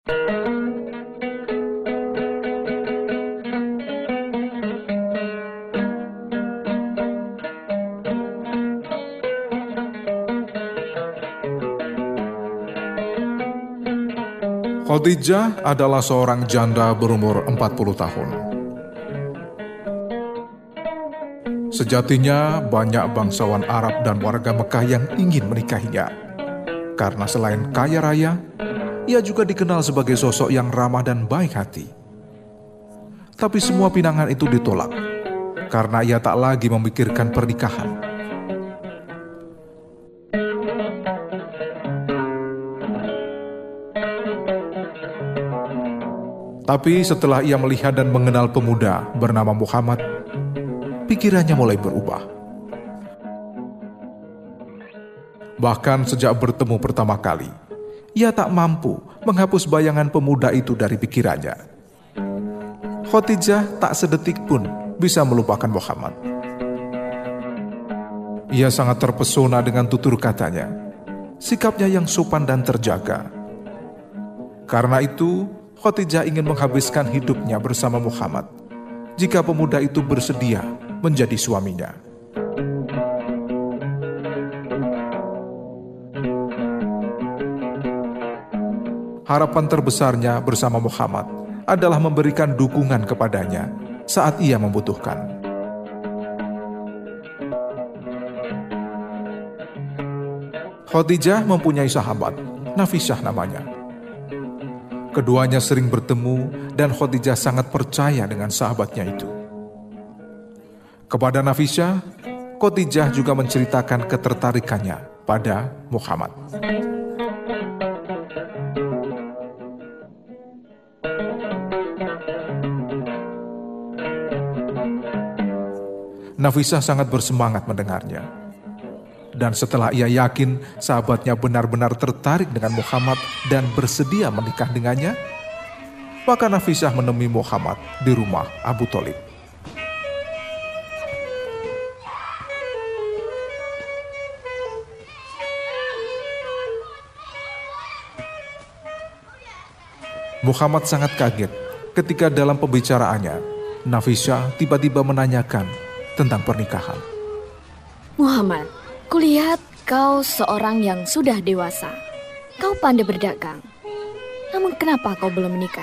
Khadijah adalah seorang janda berumur 40 tahun. Sejatinya banyak bangsawan Arab dan warga Mekah yang ingin menikahinya. Karena selain kaya raya, ia juga dikenal sebagai sosok yang ramah dan baik hati. Tapi semua pinangan itu ditolak, karena ia tak lagi memikirkan pernikahan. Tapi setelah ia melihat dan mengenal pemuda bernama Muhammad, pikirannya mulai berubah. Bahkan sejak bertemu pertama kali, ia tak mampu menghapus bayangan pemuda itu dari pikirannya. Khadijah tak sedetik pun bisa melupakan Muhammad. Ia sangat terpesona dengan tutur katanya, sikapnya yang sopan dan terjaga. Karena itu, Khadijah ingin menghabiskan hidupnya bersama Muhammad jika pemuda itu bersedia menjadi suaminya. Harapan terbesarnya bersama Muhammad adalah memberikan dukungan kepadanya saat ia membutuhkan. Khadijah mempunyai sahabat, Nafisah namanya. Keduanya sering bertemu dan Khadijah sangat percaya dengan sahabatnya itu. Kepada Nafisah, Khadijah juga menceritakan ketertarikannya pada Muhammad. Nafisah sangat bersemangat mendengarnya. Dan setelah ia yakin sahabatnya benar-benar tertarik dengan Muhammad dan bersedia menikah dengannya, maka Nafisah menemui Muhammad di rumah Abu Thalib. Muhammad sangat kaget ketika dalam pembicaraannya, Nafisah tiba-tiba menanyakan tentang pernikahan. Muhammad, kulihat kau seorang yang sudah dewasa. Kau pandai berdagang. Namun kenapa kau belum menikah?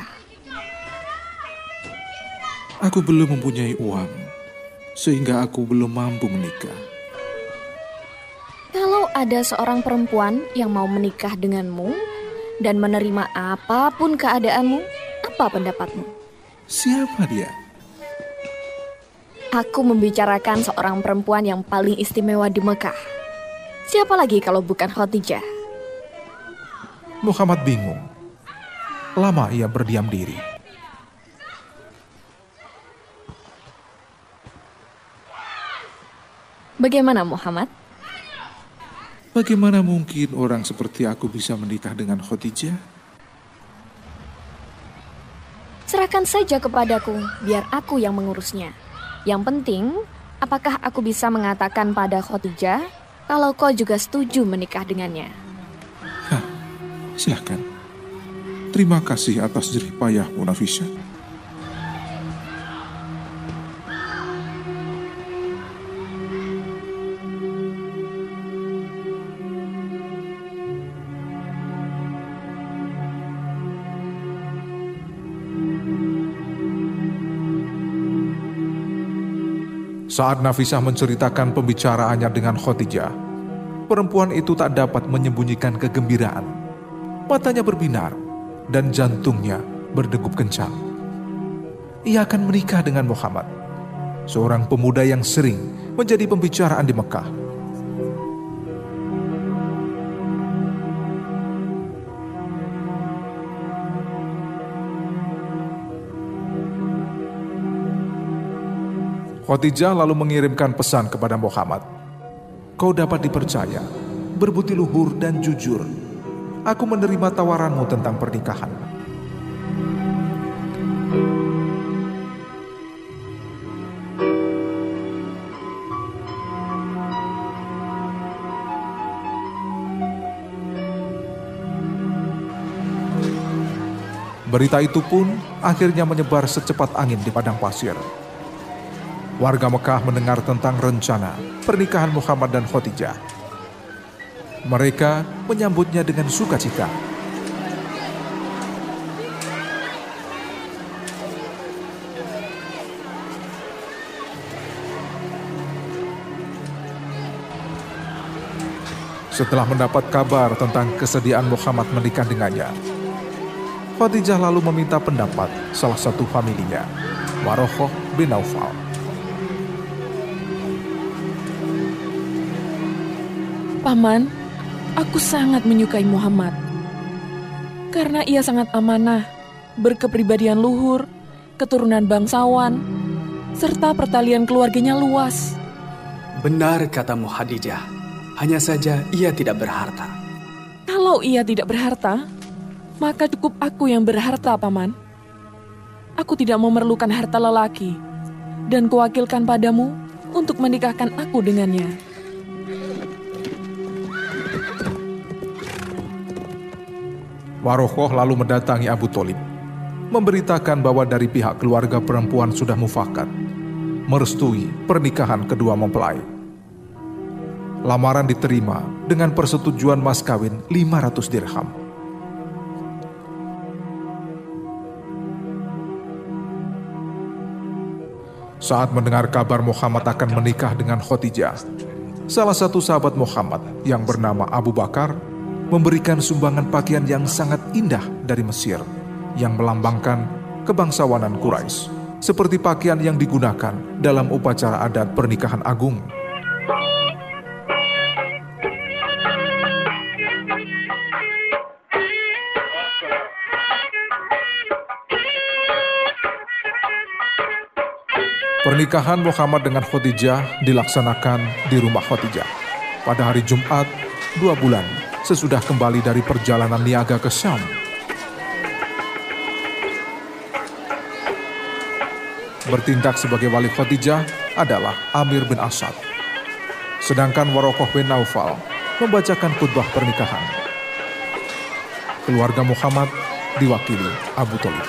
Aku belum mempunyai uang, sehingga aku belum mampu menikah. Kalau ada seorang perempuan yang mau menikah denganmu dan menerima apapun keadaanmu, apa pendapatmu? Siapa dia? Aku membicarakan seorang perempuan yang paling istimewa di Mekah. Siapa lagi kalau bukan Khadijah? Muhammad bingung. Lama ia berdiam diri. Bagaimana Muhammad? Bagaimana mungkin orang seperti aku bisa menikah dengan Khadijah? Serahkan saja kepadaku, biar aku yang mengurusnya. Yang penting, apakah aku bisa mengatakan pada Khadijah kalau kau juga setuju menikah dengannya? Silahkan. Terima kasih atas jerih payahmu, Nafisah. Saat Nafisah menceritakan pembicaraannya dengan Khadijah, perempuan itu tak dapat menyembunyikan kegembiraan. Matanya berbinar dan jantungnya berdegup kencang. Ia akan menikah dengan Muhammad, seorang pemuda yang sering menjadi pembicaraan di Mekah. Khadijah lalu mengirimkan pesan kepada Muhammad. Kau dapat dipercaya, berbudi luhur dan jujur. Aku menerima tawaranmu tentang pernikahan. Berita itu pun akhirnya menyebar secepat angin di padang pasir. Warga Mekah mendengar tentang rencana pernikahan Muhammad dan Khadijah. Mereka menyambutnya dengan sukacita. Setelah mendapat kabar tentang kesediaan Muhammad menikah dengannya, Khadijah lalu meminta pendapat salah satu familinya, Warokoh bin Naufal. Paman, aku sangat menyukai Muhammad. Karena ia sangat amanah, berkepribadian luhur, keturunan bangsawan, serta pertalian keluarganya luas. Benar katamu Khadijah, hanya saja ia tidak berharta. Kalau ia tidak berharta, maka cukup aku yang berharta, Paman. Aku tidak memerlukan harta lelaki, dan kuwakilkan padamu untuk menikahkan aku dengannya. Warokoh lalu mendatangi Abu Tholib, memberitakan bahwa dari pihak keluarga perempuan sudah mufakat, merestui pernikahan kedua mempelai. Lamaran diterima dengan persetujuan mas kawin 500 dirham. Saat mendengar kabar Muhammad akan menikah dengan Khadijah, salah satu sahabat Muhammad yang bernama Abu Bakar memberikan sumbangan pakaian yang sangat indah dari Mesir yang melambangkan kebangsawanan Quraisy, seperti pakaian yang digunakan dalam upacara adat pernikahan agung. Pernikahan Muhammad dengan Khadijah dilaksanakan di rumah Khadijah pada hari Jumat 2 bulan sesudah kembali dari perjalanan niaga ke Syam. Bertindak sebagai wali Khadijah adalah Amir bin Asad. Sedangkan Warokoh bin Naufal membacakan khutbah pernikahan. Keluarga Muhammad diwakili Abu Tholib.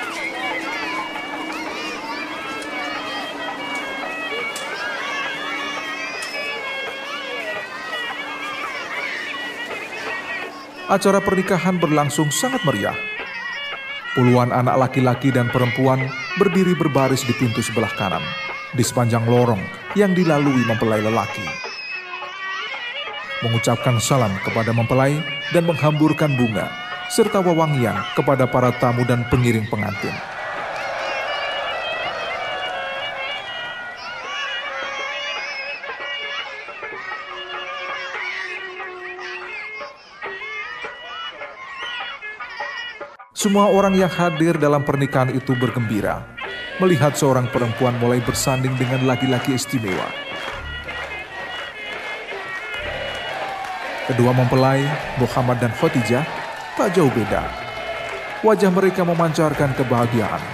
Acara pernikahan berlangsung sangat meriah. Puluhan anak laki-laki dan perempuan berdiri berbaris di pintu sebelah kanan, di sepanjang lorong yang dilalui mempelai lelaki. Mengucapkan salam kepada mempelai dan menghamburkan bunga, serta wewangian kepada para tamu dan pengiring pengantin. Semua orang yang hadir dalam pernikahan itu bergembira melihat seorang perempuan mulai bersanding dengan laki-laki istimewa. Kedua mempelai, Muhammad dan Khadijah, tak jauh beda. Wajah mereka memancarkan kebahagiaan.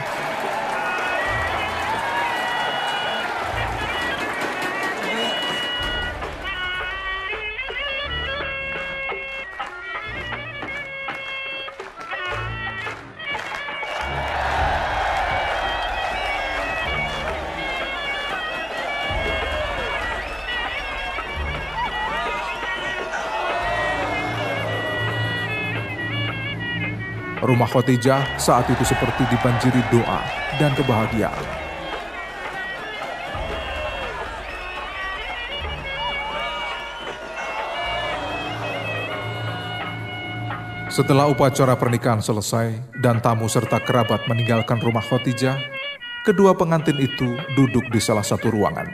Rumah Khadijah saat itu seperti dibanjiri doa dan kebahagiaan. Setelah upacara pernikahan selesai dan tamu serta kerabat meninggalkan rumah Khadijah, kedua pengantin itu duduk di salah satu ruangan.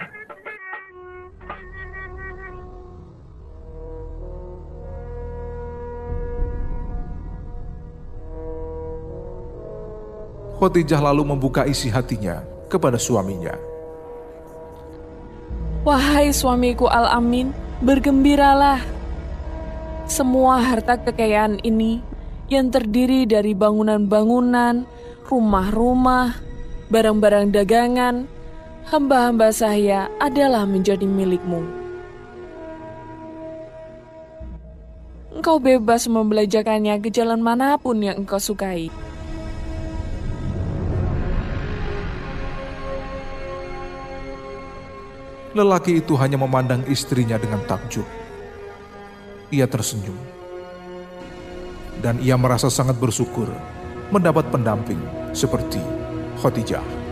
Khadijah lalu membuka isi hatinya kepada suaminya. Wahai suamiku Al-Amin, bergembiralah. Semua harta kekayaan ini yang terdiri dari bangunan-bangunan, rumah-rumah, barang-barang dagangan, hamba-hamba saya adalah menjadi milikmu. Engkau bebas membelajarkannya ke jalan manapun yang engkau sukai. Lelaki itu hanya memandang istrinya dengan takjub. Ia tersenyum. Dan ia merasa sangat bersyukur mendapat pendamping seperti Khadijah.